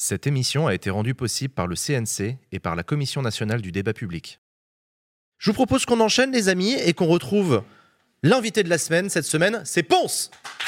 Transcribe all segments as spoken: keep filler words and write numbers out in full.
Cette émission a été rendue possible par le C N C et par la Commission nationale du débat public. Je vous propose qu'on enchaîne, les amis, et qu'on retrouve l'invité de la semaine. Cette semaine, c'est Ponce.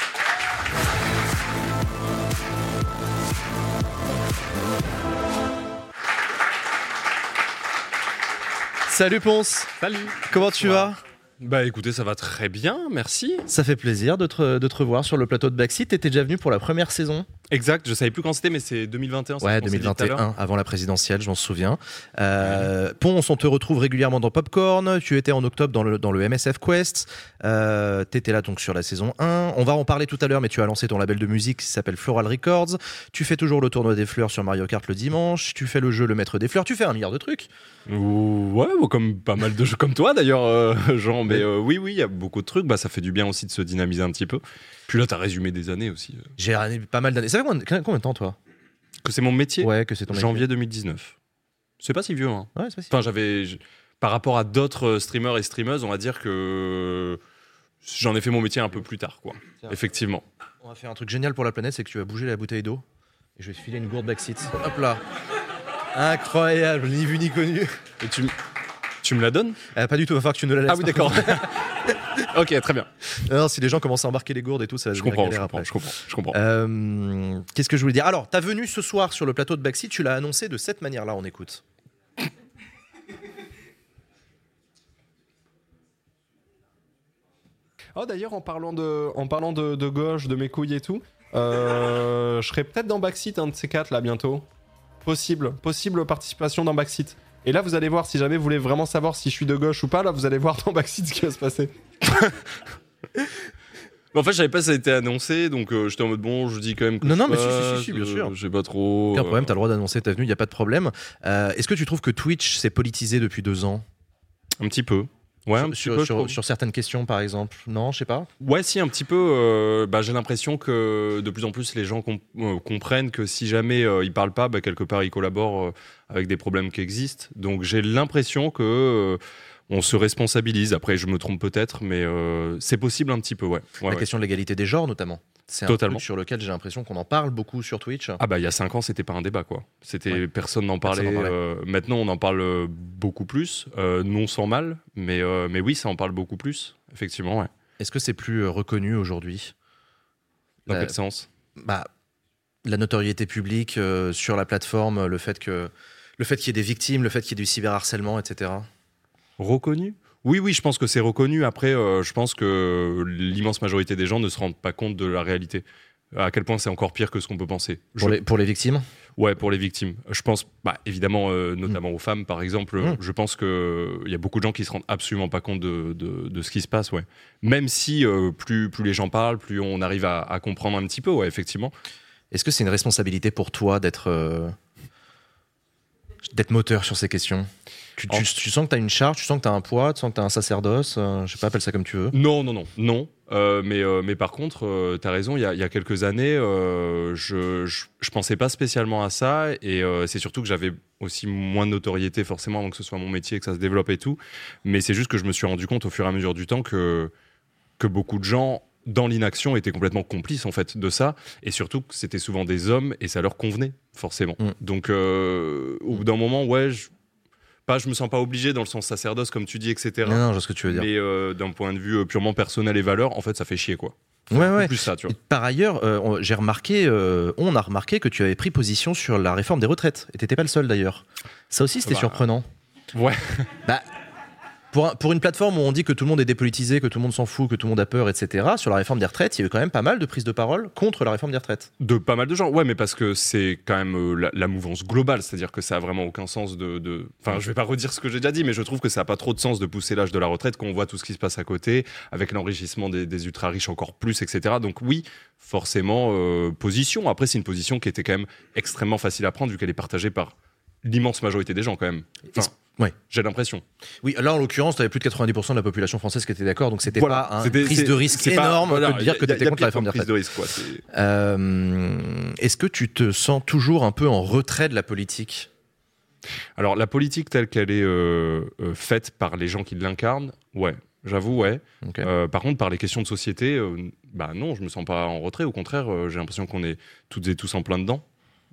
Salut Ponce. Salut. Comment tu vas ? Bah écoutez, ça va très bien, merci. Ça fait plaisir de te, de te revoir sur le plateau de Backseat. T'étais déjà venu pour la première saison. Exact, je savais plus quand c'était, mais c'est deux mille vingt et un. Ouais, deux mille vingt et un, avant la présidentielle, je m'en souviens. Euh, ouais. Ponce, on te retrouve régulièrement dans Popcorn. Tu étais en octobre dans le, dans le M S F Quest. Euh, T'étais là donc sur la saison un. On va en parler tout à l'heure, mais tu as lancé ton label de musique qui s'appelle Floral Records. Tu fais toujours le tournoi des fleurs sur Mario Kart le dimanche. Tu fais le jeu Le Maître des Fleurs. Tu fais un milliard de trucs. Ouais, comme pas mal de jeux comme toi d'ailleurs, euh, Jean. Mais euh, oui, oui, il y a beaucoup de trucs. Bah, ça fait du bien aussi de se dynamiser un petit peu. Puis là, t'as résumé des années aussi. J'ai pas mal d'années. Ça fait combien, combien de temps, toi ? Que c'est mon métier ? Ouais, que c'est ton métier. Janvier deux mille dix-neuf. C'est pas si vieux, hein. Ouais, c'est pas si Enfin, j'avais... Je... Par rapport à d'autres streamers et streameuses, on va dire que j'en ai fait mon métier un peu plus tard, quoi. Tiens, effectivement. On va faire un truc génial pour la planète, c'est que tu vas bouger la bouteille d'eau et je vais te filer une gourde Backseat. Hop là. Incroyable, ni vu ni connu. Et tu, tu me la donnes ? euh, Pas du tout, il va falloir que tu ne la laisses. Ah oui, d'accord. Ok, très bien. Alors, si les gens commencent à embarquer les gourdes et tout, ça va je devenir comprends, galère je après. comprends, je comprends. Euh, qu'est-ce que je voulais dire ? Alors, t'as venu ce soir sur le plateau de Backseat, tu l'as annoncé de cette manière-là, on écoute. Oh, d'ailleurs, en parlant de, en parlant de, de gauche, de mes couilles et tout, euh, je serai peut-être dans Backseat, un de ces quatre là bientôt. Possible, possible participation dans Backseat. Et là, vous allez voir, si jamais vous voulez vraiment savoir si je suis de gauche ou pas, là, vous allez voir dans Backseat ce qui va se passer. En fait, je savais pas si ça a été annoncé, donc euh, j'étais en mode bon, je dis quand même que non, je non, mais passe, si, si, si, bien euh, sûr. Je sais pas trop. Aucun euh... problème, t'as le droit d'annoncer ta venue, il n'y a pas de problème. Euh, est-ce que tu trouves que Twitch s'est politisé depuis deux ans ? Un petit peu. Ouais, un sur, petit peu, sur, sur certaines questions, par exemple. Non, je sais pas. Ouais, si, un petit peu. Euh, bah, j'ai l'impression que de plus en plus, les gens comp- euh, comprennent que si jamais euh, ils parlent pas, bah, quelque part, ils collaborent euh, avec des problèmes qui existent. Donc, j'ai l'impression que euh, on se responsabilise. Après, je me trompe peut-être, mais euh, c'est possible un petit peu, ouais. ouais La ouais. question de l'égalité des genres, notamment. C'est un Totalement. truc sur lequel j'ai l'impression qu'on en parle beaucoup sur Twitch. Ah bah il y a cinq ans c'était pas un débat quoi. C'était ouais. personne n'en parlait. Personne n'en parlait. Euh, maintenant on en parle beaucoup plus, euh, non sans mal, mais euh, mais oui ça en parle beaucoup plus effectivement ouais. Est-ce que c'est plus euh, reconnu aujourd'hui ? Dans la... quel sens ? Bah la notoriété publique euh, sur la plateforme, le fait que le fait qu'il y ait des victimes, le fait qu'il y ait du cyberharcèlement, et cetera. Reconnu ? Oui, oui, je pense que c'est reconnu. Après, euh, je pense que l'immense majorité des gens ne se rendent pas compte de la réalité. À quel point c'est encore pire que ce qu'on peut penser. Pour, je... les, pour les victimes ? Ouais, pour les victimes. Je pense, bah, évidemment, euh, notamment mmh. aux femmes, par exemple, mmh. je pense qu'il y a beaucoup de gens qui se rendent absolument pas compte de, de, de ce qui se passe. Ouais. Même si euh, plus, plus les gens parlent, plus on arrive à, à comprendre un petit peu, ouais, effectivement. Est-ce que c'est une responsabilité pour toi d'être, euh, d'être moteur sur ces questions ? Tu, tu, tu sens que tu as une charge, tu sens que tu as un poids, tu sens que tu as un sacerdoce, euh, je sais pas, appelle ça comme tu veux. Non, non, non, non. Euh, mais, euh, mais par contre, euh, tu as raison, il y, y a quelques années, euh, je, je, je pensais pas spécialement à ça. Et euh, c'est surtout que j'avais aussi moins de notoriété, forcément, avant que ce soit mon métier, que ça se développe et tout. Mais c'est juste que je me suis rendu compte au fur et à mesure du temps que, que beaucoup de gens, dans l'inaction, étaient complètement complices en fait, de ça. Et surtout que c'était souvent des hommes et ça leur convenait, forcément. Mm. Donc, euh, au bout d'un moment, ouais... Je, Pas, je me sens pas obligé dans le sens sacerdoce, comme tu dis, et cetera. Non, non, je vois ce que tu veux dire. Mais euh, d'un point de vue purement personnel et valeur, en fait, ça fait chier, quoi. Ouais, ouais. Plus ça, tu vois. Par ailleurs, euh, on, j'ai remarqué, euh, on a remarqué que tu avais pris position sur la réforme des retraites. Et t'étais pas le seul, d'ailleurs. Ça aussi, c'était bah, surprenant. Ouais. Bah, pour, un, pour une plateforme où on dit que tout le monde est dépolitisé, que tout le monde s'en fout, que tout le monde a peur, et cetera, sur la réforme des retraites, il y a eu quand même pas mal de prises de parole contre la réforme des retraites. De pas mal de gens, ouais, mais parce que c'est quand même euh, la, la mouvance globale, c'est-à-dire que ça a vraiment aucun sens de... de... Enfin, je vais pas redire ce que j'ai déjà dit, mais je trouve que ça a pas trop de sens de pousser l'âge de la retraite quand on voit tout ce qui se passe à côté, avec l'enrichissement des, des ultra-riches encore plus, et cetera. Donc oui, forcément, euh, position. Après, c'est une position qui était quand même extrêmement facile à prendre, vu qu'elle est partagée par l'immense majorité des gens, quand même. Enfin, ouais. J'ai l'impression. Oui, là en l'occurrence, tu avais plus de quatre-vingt-dix pour cent de la population française qui était d'accord, donc c'était voilà, pas une c'était, prise de risque c'est énorme pas, voilà, que de dire que tu étais contre la réforme des retraites. De risque, quoi, c'est... Euh, est-ce que tu te sens toujours un peu en retrait de la politique ? Alors, la politique telle qu'elle est euh, euh, faite par les gens qui l'incarnent, ouais, j'avoue, ouais. Okay. Euh, par contre, par les questions de société, euh, bah non, je me sens pas en retrait. Au contraire, euh, j'ai l'impression qu'on est toutes et tous en plein dedans.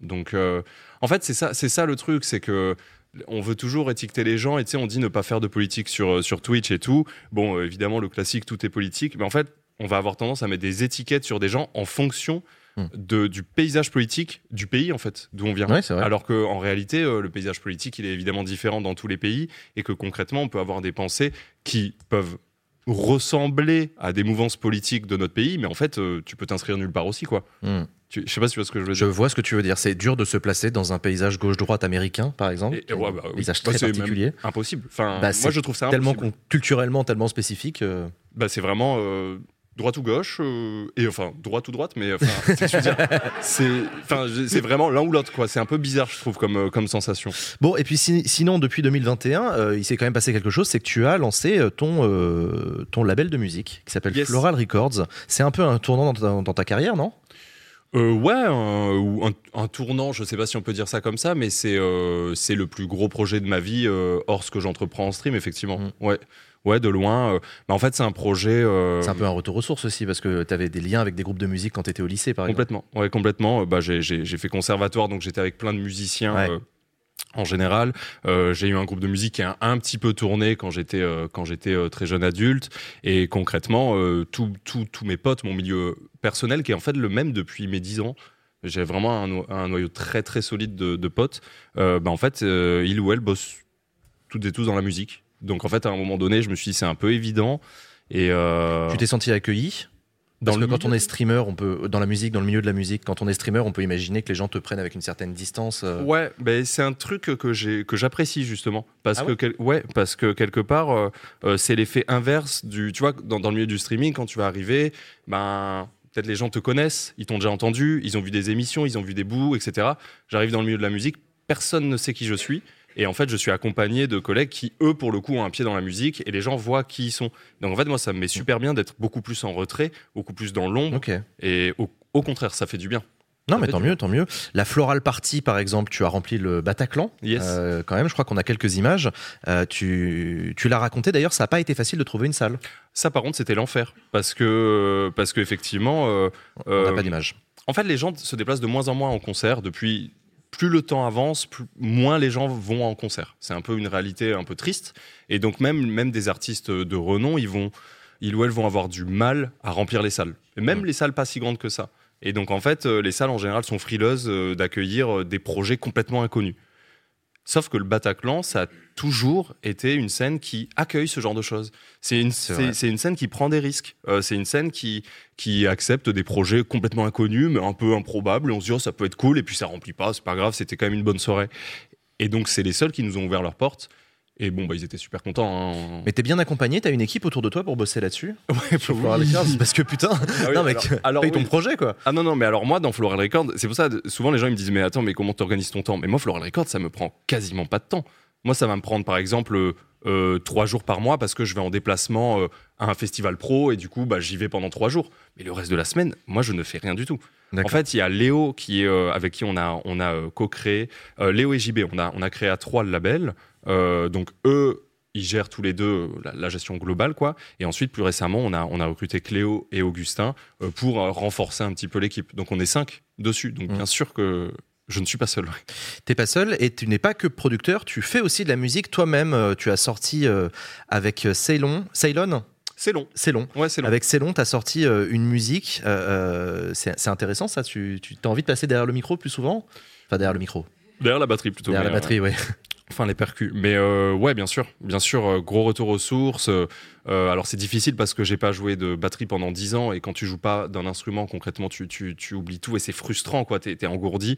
Donc, euh, en fait, c'est ça, c'est ça le truc, c'est que on veut toujours étiqueter les gens et tu sais, on dit ne pas faire de politique sur, sur Twitch et tout. Bon, euh, évidemment, le classique, tout est politique, mais en fait, on va avoir tendance à mettre des étiquettes sur des gens en fonction de, du paysage politique du pays, en fait, d'où on vient. Ouais, c'est vrai. Alors qu'en réalité, euh, le paysage politique, il est évidemment différent dans tous les pays et que concrètement, on peut avoir des pensées qui peuvent ressembler à des mouvances politiques de notre pays, mais en fait, euh, tu peux t'inscrire nulle part aussi, quoi. Mm. Tu, je sais pas si tu vois ce que je veux Je dire. vois ce que tu veux dire. C'est dur de se placer dans un paysage gauche-droite américain, par exemple. Et- et ouais, bah oui. Paysage Bah, très c'est même particulier. Impossible. Enfin, Bah, moi, c'est je trouve ça Tellement impossible. con- culturellement, tellement spécifique. euh, Bah, c'est vraiment euh, droite ou gauche, euh, et enfin, droite ou droite, mais enfin, c'est ce que je veux dire. C'est, enfin, je- c'est vraiment l'un ou l'autre, quoi. C'est un peu bizarre, je trouve, comme, euh, comme sensation. Bon, et puis si- sinon, depuis deux mille vingt et un, euh, il s'est quand même passé quelque chose, c'est que tu as lancé euh, ton, euh, ton label de musique qui s'appelle Yes. Floral Records. C'est un peu un tournant dans ta, dans ta carrière, non? Euh, ouais, un, ou un, un tournant, je sais pas si on peut dire ça comme ça, mais c'est euh, c'est le plus gros projet de ma vie, euh, hors ce que j'entreprends en stream, effectivement. Mm. Ouais. Ouais, de loin. euh, mais en fait, c'est un projet. euh, C'est un peu un retour aux sources aussi, parce que tu avais des liens avec des groupes de musique quand tu étais au lycée, par exemple. Complètement, ouais, complètement. Euh, Bah, j'ai, j'ai, j'ai fait conservatoire, donc j'étais avec plein de musiciens Ouais. euh, en général. Euh, j'ai eu un groupe de musique qui a un, un petit peu tourné quand j'étais, euh, quand j'étais euh, très jeune adulte. Et concrètement, euh, tous tout, tous mes potes, mon milieu personnel, qui est en fait le même depuis mes dix ans. J'ai vraiment un, no- un noyau très très solide de, de potes. Euh, bah, en fait, euh, ils ou elles bossent toutes et tous dans la musique. Donc en fait, à un moment donné, je me suis dit c'est un peu évident. Et euh, Tu t'es senti accueilli? dans Parce le que quand milieu- on est streamer, on peut, dans la musique, dans le milieu de la musique, quand on est streamer, on peut imaginer que les gens te prennent avec une certaine distance. euh. Ouais, ben c'est un truc que j'ai que j'apprécie justement parce Ah que ouais quel- ouais parce que quelque part euh, euh, c'est l'effet inverse du tu vois dans, dans le milieu du streaming quand tu vas arriver ben peut-être les gens te connaissent, ils t'ont déjà entendu, ils ont vu des émissions, ils ont vu des bouts, et cetera. J'arrive dans le milieu de la musique, personne ne sait qui je suis. Et en fait, je suis accompagné de collègues qui, eux, pour le coup, ont un pied dans la musique et les gens voient qui ils sont. Donc en fait, moi, ça me met super bien d'être beaucoup plus en retrait, beaucoup plus dans l'ombre. Ok. Et au, au contraire, ça fait du bien. Non, Ça mais fait tant du mieux, tant mieux. La Floral Party, par exemple, tu as rempli le Bataclan. Yes. Euh, quand même, je crois qu'on a quelques images. Euh, tu tu l'as raconté, d'ailleurs, ça n'a pas été facile de trouver une salle. Ça, par contre, c'était l'enfer. Parce que, parce qu'effectivement. Euh, On n'a euh, pas d'image. En fait, les gens se déplacent de moins en moins en concert depuis. Plus le temps avance, plus, moins les gens vont en concert. C'est un peu une réalité un peu triste. Et donc même, même des artistes de renom, ils, vont, ils ou elles vont avoir du mal à remplir les salles. Et même Mm. les salles pas si grandes que ça. Et donc en fait, euh, les salles en général sont frileuses euh, d'accueillir euh, des projets complètement inconnus. Sauf que le Bataclan, ça a toujours été une scène qui accueille ce genre de choses. C'est une, C'est c'est, vrai. c'est une scène qui prend des risques. Euh, c'est une scène qui, qui accepte des projets complètement inconnus, mais un peu improbables. Et on se dit, oh, ça peut être cool, et puis ça remplit pas, c'est pas grave, c'était quand même une bonne soirée. Et donc, c'est les seuls qui nous ont ouvert leurs portes. Et bon, bah, ils étaient super contents. Hein. Mais t'es bien accompagné, t'as une équipe autour de toi pour bosser là-dessus. Ouais, Sur oui. Floral Records, parce que putain, Ah oui, non mec, alors- alors paye ton oui. projet quoi. Ah non, non, mais alors moi, dans Floral Records, c'est pour ça, de- souvent les gens ils me disent, mais attends, mais comment t'organises ton temps? Mais moi, Floral Records, ça me prend quasiment pas de temps. Moi, ça va me prendre, par exemple, euh, euh, trois jours par mois parce que je vais en déplacement euh, à un festival pro et du coup, bah, j'y vais pendant trois jours. Mais le reste de la semaine, moi, je ne fais rien du tout. En D'accord. fait, il y a Léo qui est, euh, avec qui on a, on a euh, co-créé, euh, Léo et J B, on a, on a créé à trois le label. Euh, donc, eux, ils gèrent tous les deux euh, la, la gestion globale, quoi. Et ensuite, plus récemment, on a, on a recruté Cléo et Augustin euh, pour euh, renforcer un petit peu l'équipe. Donc, on est cinq dessus. Donc, Mm. bien sûr que je ne suis pas seul. T'es pas seul et tu n'es pas que producteur, tu fais aussi de la musique toi-même. Euh, Tu as sorti euh, avec euh, Ceylon, Ceylon, C'est long. Ceylon. Ouais, c'est long. Avec Ceylon, tu as sorti euh, une musique. euh, euh, c'est c'est intéressant ça. Tu, tu as envie de passer derrière le micro plus souvent? Enfin, derrière le micro. Derrière la batterie, plutôt. Derrière mais, la batterie, ouais. euh, enfin, les percus. Mais euh, ouais, bien sûr. Bien sûr, euh, gros retour aux sources. Euh, euh, alors, c'est difficile parce que j'ai pas joué de batterie pendant dix ans. Et quand tu joues pas d'un instrument, concrètement, tu, tu, tu oublies tout. Et c'est frustrant, quoi. T'es, t'es engourdi.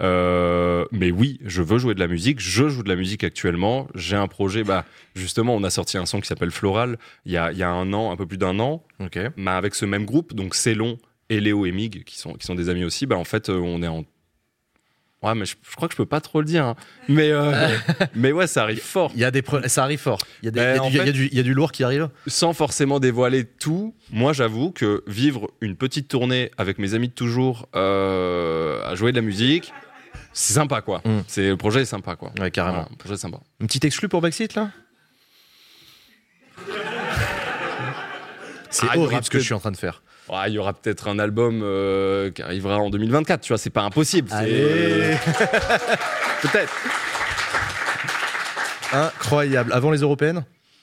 Euh, mais oui, je veux jouer de la musique. Je joue de la musique actuellement. J'ai un projet. Bah, justement, on a sorti un son qui s'appelle Floral il y a, il y a un an, un peu plus d'un an. Ok. Mais avec ce même groupe, donc Célon et Léo et Mig, qui sont, qui sont des amis aussi, bah en fait, euh, on est en. Ouais, mais je, je crois que je peux pas trop le dire. hein. Mais, euh, mais ouais, ça arrive fort. Il y a des pro- ça arrive fort. Il y, a des- Ben, il y a en du- il y a fait- du- il y a du lourd qui arrive. Sans forcément dévoiler tout, moi j'avoue que vivre une petite tournée avec mes amis de toujours euh, à jouer de la musique, c'est sympa quoi. Mm. C'est, le projet est sympa quoi. Ouais, carrément. Voilà, le projet est sympa. Une petite exclue pour Backseat là. C'est Ah, il y aura horrible ce que peut-être- je suis en train de faire. Oh, il y aura peut-être un album euh, qui arrivera en deux mille vingt-quatre, tu vois, c'est pas impossible. Allez. C'est... peut-être. Incroyable. Avant les européennes?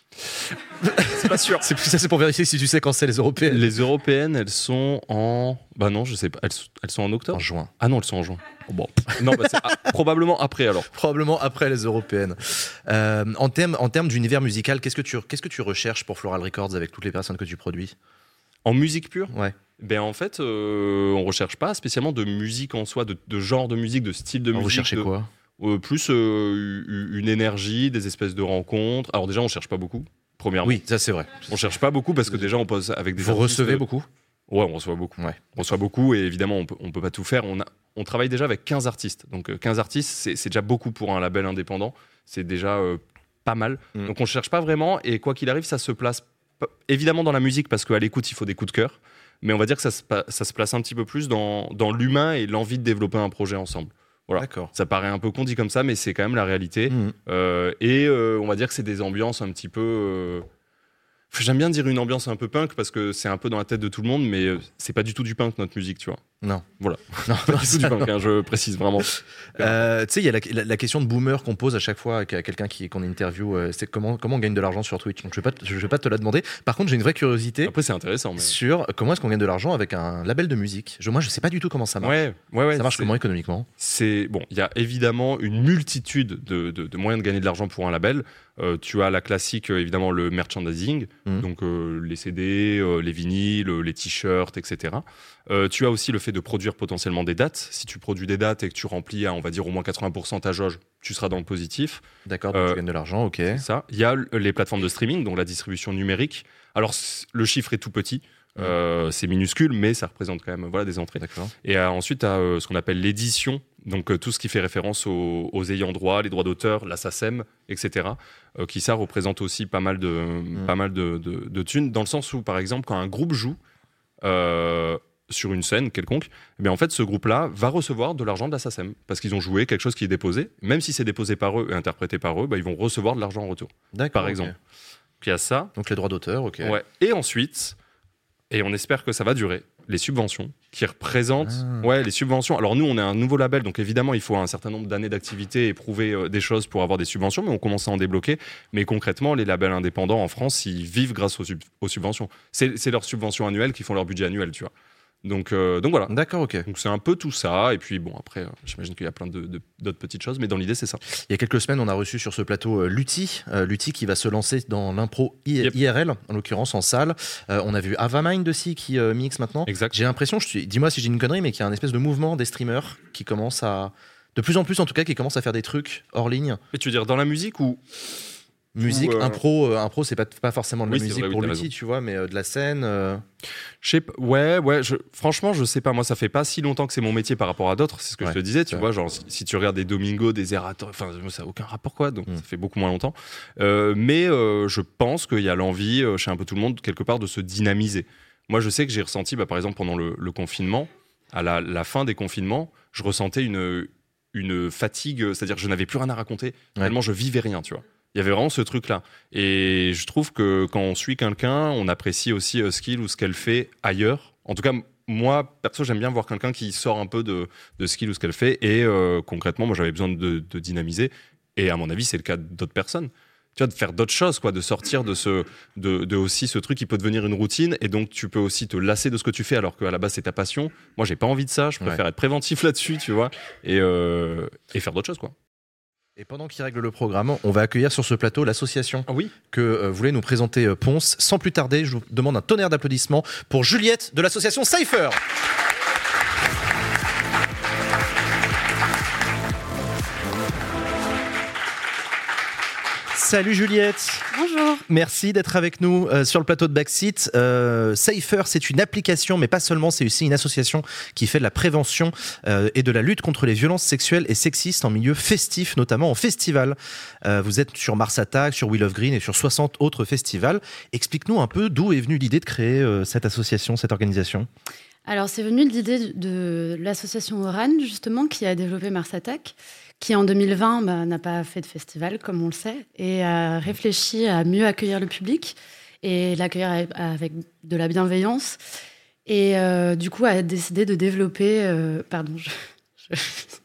C'est pas sûr. C'est, ça, c'est pour vérifier si tu sais quand c'est les européennes. Les européennes, elles sont en... Bah non, je sais pas. Elles, elles sont en octobre? En juin. Ah non, elles sont en juin. Oh bon. Non, bah c'est ah, probablement après alors. Probablement après les européennes. Euh, en termes en termes d'univers musical, qu'est-ce que tu qu'est-ce que tu recherches pour Floral Records avec toutes les personnes que tu produis? En musique pure? Ouais. Ben en fait, euh, on recherche pas spécialement de musique en soi, de, de genre de musique, de style de Alors, musique. vous cherchez de, quoi? euh, Plus euh, une énergie, des espèces de rencontres. Alors déjà, on cherche pas beaucoup. Premièrement. Oui, ça c'est vrai. On cherche pas beaucoup parce que déjà on pose avec des. Vous artistes, recevez euh, beaucoup? Ouais, on reçoit beaucoup. Ouais. On reçoit beaucoup et évidemment on peut, on peut pas tout faire. On, a, on travaille déjà avec quinze artistes. Donc euh, quinze artistes, c'est, c'est déjà beaucoup pour un label indépendant. C'est déjà euh, pas mal. Mm. Donc on cherche pas vraiment et quoi qu'il arrive, ça se place p- évidemment dans la musique parce qu'à l'écoute il faut des coups de cœur. Mais on va dire que ça se, pa- ça se place un petit peu plus dans, dans l'humain et l'envie de développer un projet ensemble. Voilà. D'accord. Ça paraît un peu con dit comme ça, mais c'est quand même la réalité. Mmh. Euh, et euh, on va dire que c'est des ambiances un petit peu. Euh... J'aime bien dire une ambiance un peu punk parce que c'est un peu dans la tête de tout le monde, mais euh, c'est pas du tout du punk notre musique, tu vois. Non. Voilà. Non, Pas du tout du punk, hein, je précise vraiment. Euh, tu sais, il y a la, la, la question de boomer qu'on pose à chaque fois à quelqu'un qui, qu'on interview, euh, c'est comment, comment on gagne de l'argent sur Twitch. Donc je vais, pas, je vais pas te la demander. Par contre, j'ai une vraie curiosité Après, c'est intéressant. Mais... sur comment est-ce qu'on gagne de l'argent avec un label de musique. Je, moi, je sais pas du tout comment ça marche. Ouais, ouais, ouais. Ça marche c'est... comment économiquement? C'est bon. Il y a évidemment une multitude de, de, de moyens de gagner de l'argent pour un label. Euh, tu as la classique, euh, évidemment, le merchandising, Mmh. donc euh, les C D, euh, les vinyles, euh, les t-shirts, et cetera. Euh, tu as aussi le fait de produire potentiellement des dates. Si tu produis des dates et que tu remplis à, on va dire, au moins quatre-vingts pour cent ta jauge, tu seras dans le positif. D'accord, donc Euh, tu gagnes de l'argent, ok. C'est ça. Il y a l- les plateformes de streaming, donc la distribution numérique. Alors, c- le chiffre est tout petit. Euh, c'est minuscule, mais ça représente quand même voilà, des entrées. D'accord. Et euh, ensuite, tu as ce qu'on appelle l'édition, donc euh, tout ce qui fait référence aux, aux ayants droit, les droits d'auteur, la SACEM, et cetera. Euh, qui ça représente aussi pas mal de, Mm. pas mal de, de, de thunes, dans le sens où, par exemple, quand un groupe joue euh, sur une scène quelconque, eh bien, en fait, ce groupe-là va recevoir de l'argent de la SACEM, parce qu'ils ont joué quelque chose qui est déposé. Même si c'est déposé par eux et interprété par eux, bah, ils vont recevoir de l'argent en retour, D'accord. par ok. exemple. Donc, il y a ça. Donc les droits d'auteur, ok. Ouais. Et ensuite, et on espère que ça va durer, les subventions qui représentent Ah. ouais, les subventions. Alors nous, on est un nouveau label, donc évidemment, il faut un certain nombre d'années d'activité et prouver euh, des choses pour avoir des subventions, mais on commence à en débloquer. Mais concrètement, les labels indépendants en France, ils vivent grâce aux, sub- aux subventions. C'est, c'est leurs subventions annuelles qui font leur budget annuel, tu vois. Donc, euh, donc voilà. D'accord, ok. Donc c'est un peu tout ça. Et puis bon, après, euh, j'imagine qu'il y a plein de, de- d'autres petites choses, mais dans l'idée, c'est ça. Il y a quelques semaines, on a reçu sur ce plateau euh, Lutti, euh, Lutti qui va se lancer dans l'impro I- Yep. I R L, en l'occurrence en salle. Euh, on a vu Avamind aussi qui euh, mixe maintenant. Exact. J'ai l'impression, je suis- dis-moi si j'ai une connerie, mais qu'il y a un espèce de mouvement des streamers qui commence à, de plus en plus en tout cas, qui commence à faire des trucs hors ligne. Et tu veux dire dans la musique ou Musique, Ou, euh, impro, euh, impro, c'est pas, pas forcément de la Oui, c'est musique vrai, oui, pour t'as Lutti, raison. tu vois, mais euh, de la scène. euh, Je sais pas, ouais, ouais, je, franchement, je sais pas. Moi, ça fait pas si longtemps que c'est mon métier par rapport à d'autres. C'est ce que Ouais, je te disais, tu c'est vois. Genre, si, si tu regardes des Domingo, des Erator, enfin, ça n'a aucun rapport, quoi. Donc, Mm. ça fait beaucoup moins longtemps. Euh, mais euh, je pense qu'il y a l'envie, euh, chez un peu tout le monde, quelque part, de se dynamiser. Moi, je sais que j'ai ressenti, bah, par exemple, pendant le, le confinement, à la, la fin des confinements, je ressentais une, une fatigue, c'est-à-dire que je n'avais plus rien à raconter, Ouais. tellement je vivais rien, tu vois. Il y avait vraiment ce truc-là. Et je trouve que quand on suit quelqu'un, on apprécie aussi euh, ce qu'il ou ce qu'elle fait ailleurs. En tout cas, m- moi, perso, j'aime bien voir quelqu'un qui sort un peu de, de ce qu'il ou ce qu'elle fait. Et euh, concrètement, moi, j'avais besoin de, de dynamiser. Et à mon avis, c'est le cas d'autres personnes. Tu vois, de faire d'autres choses, quoi, de sortir de, ce, de, de aussi ce truc qui peut devenir une routine. Et donc, tu peux aussi te lasser de ce que tu fais alors qu'à la base, c'est ta passion. Moi, j'ai pas envie de ça. Je préfère Ouais. être préventif là-dessus, tu vois. Et, euh, et faire d'autres choses, quoi. Et pendant qu'il règle le programme, on va accueillir sur ce plateau l'association Ah oui. que euh, voulait nous présenter euh, Ponce. Sans plus tarder, je vous demande un tonnerre d'applaudissements pour Juliette de l'association Cypher. Salut Juliette. Bonjour. Merci d'être avec nous euh, sur le plateau de Backseat. Euh, Cypher, c'est une application, mais pas seulement, c'est aussi une association qui fait de la prévention euh, et de la lutte contre les violences sexuelles et sexistes en milieu festif, notamment en festival. Euh, vous êtes sur Mars Attack, sur Wheel of Green et sur soixante autres festivals. Explique-nous un peu d'où est venue l'idée de créer euh, cette association, cette organisation. Alors, c'est venu de l'idée de l'association Oran, justement, qui a développé Mars Attack, qui en deux mille vingt bah, n'a pas fait de festival, comme on le sait, et a réfléchi à mieux accueillir le public et l'accueillir avec de la bienveillance. Et euh, du coup, a décidé de développer. Euh, pardon, je. je...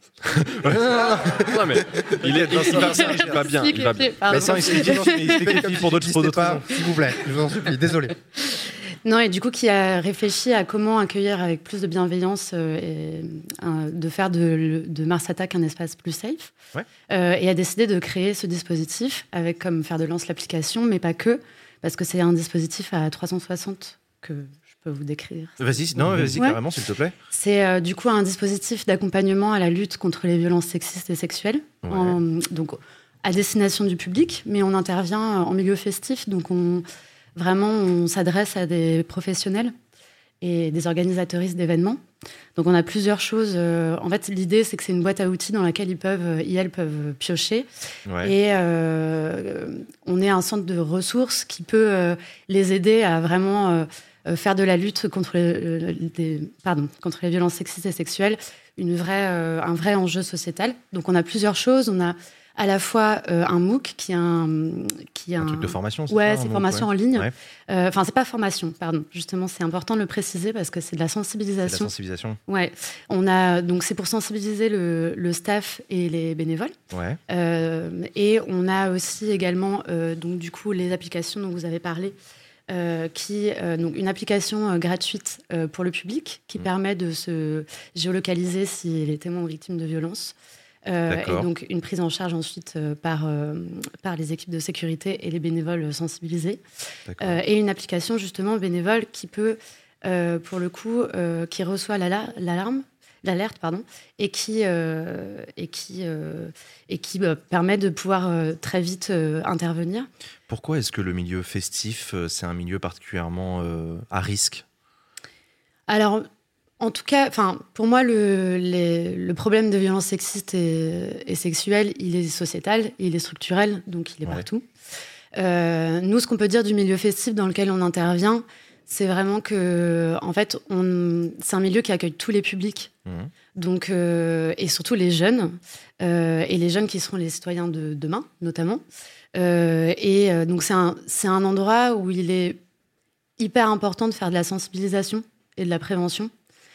non, mais il est il, il, va, il va bien. Il va bien. Mais ça, il se qualifie pour d'autres pour d'autres raisons. S'il vous plaît, je vous en supplie, désolé. Non, et du coup, qui a réfléchi à comment accueillir avec plus de bienveillance euh, et euh, de faire de, de Mars Attack un espace plus safe. Ouais. Euh, et a décidé de créer ce dispositif avec comme fer de lance l'application, mais pas que, parce que c'est un dispositif à trois cent soixante que je peux vous décrire. Vas-y, non, vas-y, ouais. carrément, s'il te plaît. C'est euh, du coup un dispositif d'accompagnement à la lutte contre les violences sexistes et sexuelles, Ouais. en, donc à destination du public, mais on intervient en milieu festif, donc on, vraiment on s'adresse à des professionnels et des organisateuristes d'événements. Donc on a plusieurs choses. Euh, en fait, l'idée, c'est que c'est une boîte à outils dans laquelle ils peuvent, ils, elles peuvent piocher. Ouais. Et euh, on est un centre de ressources qui peut euh, les aider à vraiment euh, faire de la lutte contre les, des, pardon, contre les violences sexistes et sexuelles une vraie, euh, un vrai enjeu sociétal. Donc on a plusieurs choses. On a à la fois euh, un MOOC qui est un... Qui est un, un truc de formation, c'est ouais, ça, c'est un formation MOOC, en ligne. Ouais. Enfin, euh, c'est pas formation, pardon. Justement, c'est important de le préciser parce que c'est de la sensibilisation. C'est de la sensibilisation. Ouais. On a, donc, c'est pour sensibiliser le, le staff et les bénévoles. Ouais. Euh, et on a aussi également, euh, donc, du coup, les applications dont vous avez parlé. Euh, qui, euh, donc une application euh, gratuite euh, pour le public qui mmh. permet de se géolocaliser si les témoins ont victimes de violences. Euh, et donc une prise en charge ensuite euh, par, euh, par les équipes de sécurité et les bénévoles sensibilisés. Euh, et une application justement bénévole qui peut, euh, pour le coup, euh, qui reçoit l'ala- l'alarme, l'alerte, pardon, et qui, euh, et qui, euh, et qui euh, permet de pouvoir euh, très vite euh, intervenir. Pourquoi est-ce que le milieu festif, euh, c'est un milieu particulièrement euh, à risque ? Alors, en tout cas, pour moi, le, les, le problème de violence sexiste et, et sexuelle, il est sociétal, il est structurel, donc il est ouais. partout. Euh, nous, ce qu'on peut dire du milieu festif dans lequel on intervient, c'est vraiment que, en fait, on, c'est un milieu qui accueille tous les publics, mmh. donc, euh, et surtout les jeunes, euh, et les jeunes qui seront les citoyens de demain, notamment. Euh, et euh, donc, c'est un, c'est un endroit où il est hyper important de faire de la sensibilisation et de la prévention.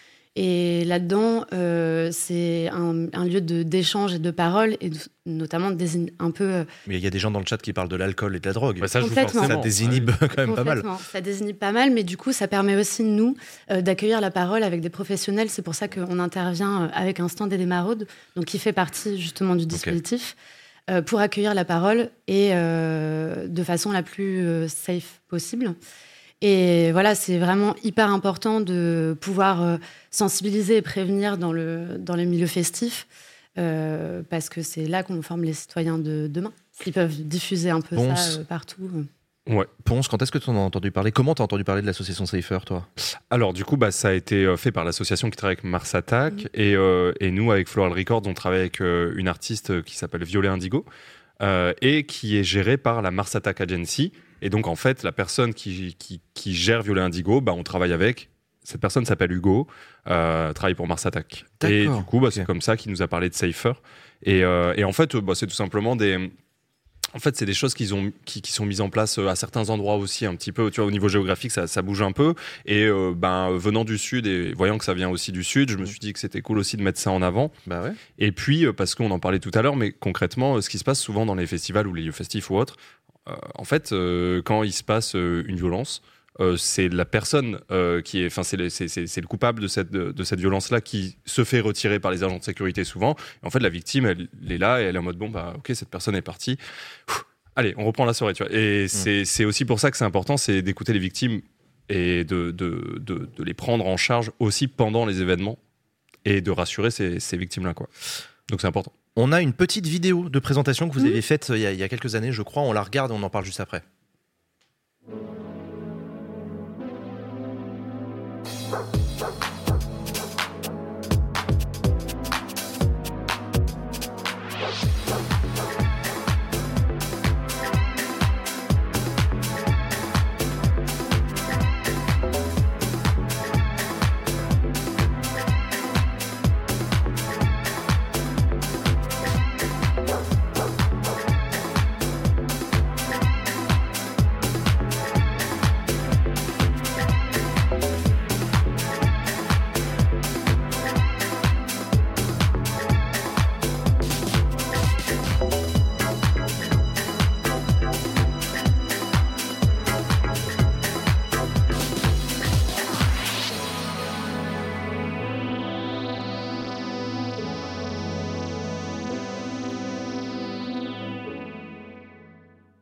Et là-dedans, euh, c'est un, un lieu de, d'échange et de parole, et de, notamment de désign, un peu... Euh... Mais il y a des gens dans le chat qui parlent de l'alcool et de la drogue. Bah ça, Complètement. Ça désinhibe ouais. quand même pas mal. Ça désinhibe pas mal, mais du coup, ça permet aussi, nous, euh, d'accueillir la parole avec des professionnels. C'est pour ça qu'on intervient avec un stand et des maraudes, donc qui fait partie justement du dispositif, okay. euh, pour accueillir la parole et euh, de façon la plus euh, safe possible. Et voilà, c'est vraiment hyper important de pouvoir euh, sensibiliser et prévenir dans, le, dans les milieux festifs, euh, parce que c'est là qu'on forme les citoyens de demain. Ils peuvent diffuser un peu Ponce. ça euh, partout. Ouais. Ponce, quand est-ce que tu en as entendu parler ? Comment tu as entendu parler de l'association Safer, toi ? Alors, du coup, bah, ça a été fait par l'association qui travaille avec Mars Attack. Mmh. Et, euh, et nous, avec Floral Records, on travaille avec euh, une artiste qui s'appelle Violet Indigo, euh, et qui est gérée par la Mars Attack Agency. Et donc, en fait, la personne qui, qui, qui gère Violet Indigo, bah, on travaille avec. Cette personne s'appelle Hugo, euh, travaille pour Mars Attack. D'accord. Et du coup, bah, okay. c'est comme ça qu'il nous a parlé de Safer. Et, euh, et en fait, bah, c'est tout simplement des... En fait, c'est des choses qu'ils ont, qui, qui sont mises en place à certains endroits aussi, un petit peu. Tu vois, au niveau géographique, ça, ça bouge un peu. Et euh, ben, venant du Sud et voyant que ça vient aussi du Sud, je me suis dit que c'était cool aussi de mettre ça en avant. Bah ouais. Et puis, parce qu'on en parlait tout à l'heure, mais concrètement, ce qui se passe souvent dans les festivals ou les lieux festifs ou autres, Euh, en fait, euh, quand il se passe euh, une violence, euh, c'est la personne euh, qui est, enfin, c'est, le, c'est, c'est, c'est le coupable de cette, de, de cette violence-là qui se fait retirer par les agents de sécurité souvent. Et en fait, la victime, elle, elle est là et elle est en mode bon, bah, ok, cette personne est partie. Ouh, allez, on reprend la soirée, tu vois. Et mmh. c'est, c'est aussi pour ça que c'est important, c'est d'écouter les victimes et de, de, de, de les prendre en charge aussi pendant les événements et de rassurer ces, ces victimes-là, quoi. Donc c'est important. On a une petite vidéo de présentation que vous mmh. avez faite il y, a, il y a quelques années, je crois. On la regarde et on en parle juste après.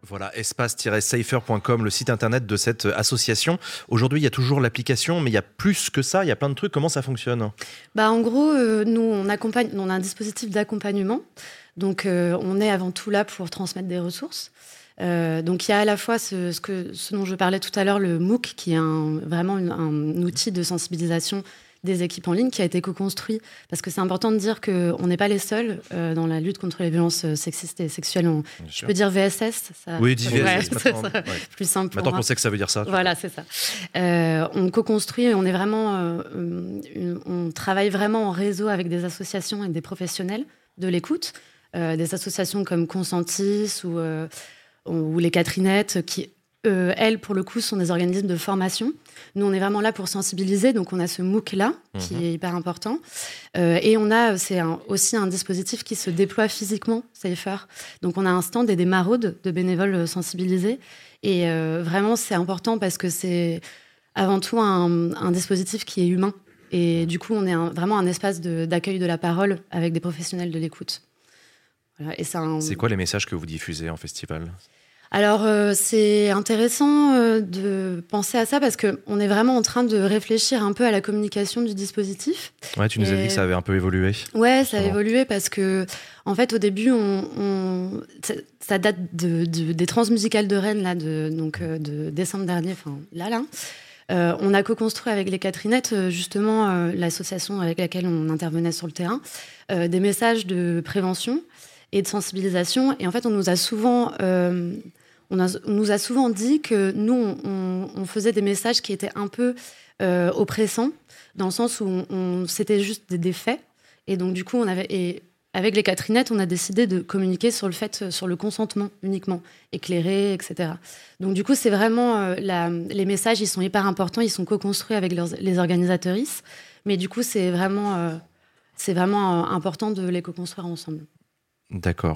Voilà, espace tiret safer point com, le site internet de cette association. Aujourd'hui, il y a toujours l'application, mais il y a plus que ça, il y a plein de trucs. Comment ça fonctionne ? Bah, en gros, euh, nous, on, accompagne, on a un dispositif d'accompagnement. Donc, euh, on est avant tout là pour transmettre des ressources. Euh, donc, il y a à la fois ce, ce, que, ce dont je parlais tout à l'heure, le MOOC, qui est un, vraiment une, un outil de sensibilisation des équipes en ligne qui a été co-construit, parce que c'est important de dire qu'on n'est pas les seuls euh, dans la lutte contre les violences sexistes et sexuelles. On, je peux dire V S S ça, Oui, dis V S S. Ouais, c'est ça, ouais. Plus simple pour Maintenant moi. qu'on sait que ça veut dire ça. Voilà, c'est ça. Euh, on co-construit, on est vraiment, euh, une, on travaille vraiment en réseau avec des associations et des professionnels de l'écoute, euh, des associations comme Consentis ou, euh, ou les Catherinettes qui... Euh, elles, pour le coup, sont des organismes de formation. Nous, on est vraiment là pour sensibiliser. Donc, on a ce MOOC-là, qui mmh. est hyper important. Euh, et on a, c'est un, aussi un dispositif qui se déploie physiquement, Safer. Donc, on a un stand et des maraudes de bénévoles sensibilisés. Et euh, vraiment, c'est important parce que c'est avant tout un, un dispositif qui est humain. Et du coup, on est un, vraiment un espace de, d'accueil de la parole avec des professionnels de l'écoute. Voilà. Et c'est, un... c'est quoi les messages que vous diffusez en festival ? Alors, euh, c'est intéressant euh, de penser à ça parce qu'on est vraiment en train de réfléchir un peu à la communication du dispositif. Ouais, tu nous Et... as dit que ça avait un peu évolué. Ouais, ça a évolué parce que, en fait, au début, on, on... ça date de, de, des Transmusicales de Rennes, là, de, donc, euh, de décembre dernier, enfin, là, là. Euh, on a co-construit avec les Catherinettes, justement, euh, l'association avec laquelle on intervenait sur le terrain, euh, des messages de prévention et de sensibilisation. Et en fait, on nous a souvent... Euh, On, a, on nous a souvent dit que nous, on, on faisait des messages qui étaient un peu euh, oppressants, dans le sens où on, on, c'était juste des, des faits. Et donc, du coup, on avait, et avec les Catherinettes, on a décidé de communiquer sur le fait, sur le consentement uniquement, éclairé, et cetera. Donc, du coup, c'est vraiment... Euh, la, les messages, ils sont hyper importants, ils sont co-construits avec leurs, les organisatrices. Mais du coup, c'est vraiment, euh, c'est vraiment euh, important de les co-construire ensemble. D'accord.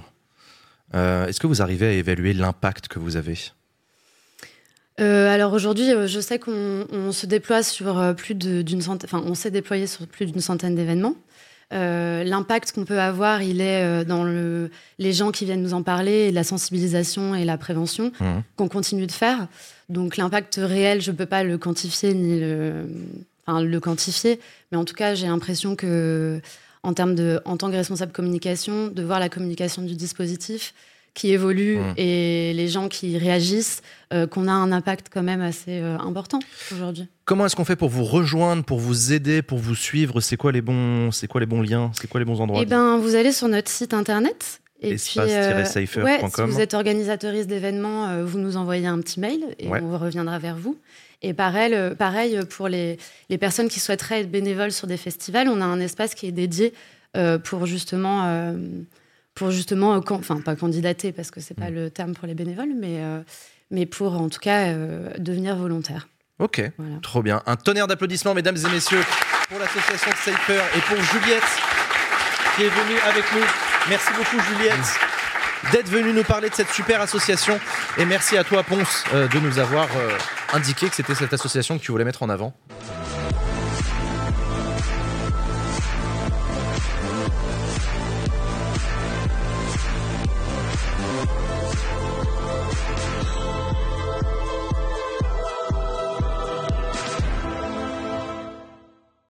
Euh, est-ce que vous arrivez à évaluer l'impact que vous avez ? euh, Alors aujourd'hui, euh, je sais qu'on on se déploie sur euh, plus de, d'une centaine, enfin, on s'est déployé sur plus d'une centaine d'événements. Euh, l'impact qu'on peut avoir, il est euh, dans le, les gens qui viennent nous en parler, et la sensibilisation et la prévention mmh. qu'on continue de faire. Donc l'impact réel, je ne peux pas le quantifier ni le, enfin, le quantifier, mais en tout cas, j'ai l'impression que En, termes de, en tant que responsable communication, de voir la communication du dispositif qui évolue mmh. et les gens qui réagissent, euh, qu'on a un impact quand même assez euh, important aujourd'hui. Comment est-ce qu'on fait pour vous rejoindre, pour vous aider, pour vous suivre ? C'est quoi les bons, c'est quoi les bons liens ? C'est quoi les bons endroits ? Eh ben, vous allez sur notre site internet. espace tiret safer point com. Ouais, si vous êtes organisatrice d'événements, euh, vous nous envoyez un petit mail et ouais. on reviendra vers vous. Et pareil, pareil pour les, les personnes qui souhaiteraient être bénévoles sur des festivals, on a un espace qui est dédié euh, pour justement, euh, pour justement, can, enfin pas candidater parce que c'est pas mmh. le terme pour les bénévoles, mais euh, mais pour en tout cas euh, devenir volontaire. Ok, voilà. Trop bien. Un tonnerre d'applaudissements, mesdames et messieurs, pour l'association de Safer et pour Juliette qui est venue avec nous. Merci beaucoup, Juliette. Mmh. d'être venu nous parler de cette super association. Et merci à toi, Ponce, euh, de nous avoir euh, indiqué que c'était cette association que tu voulais mettre en avant.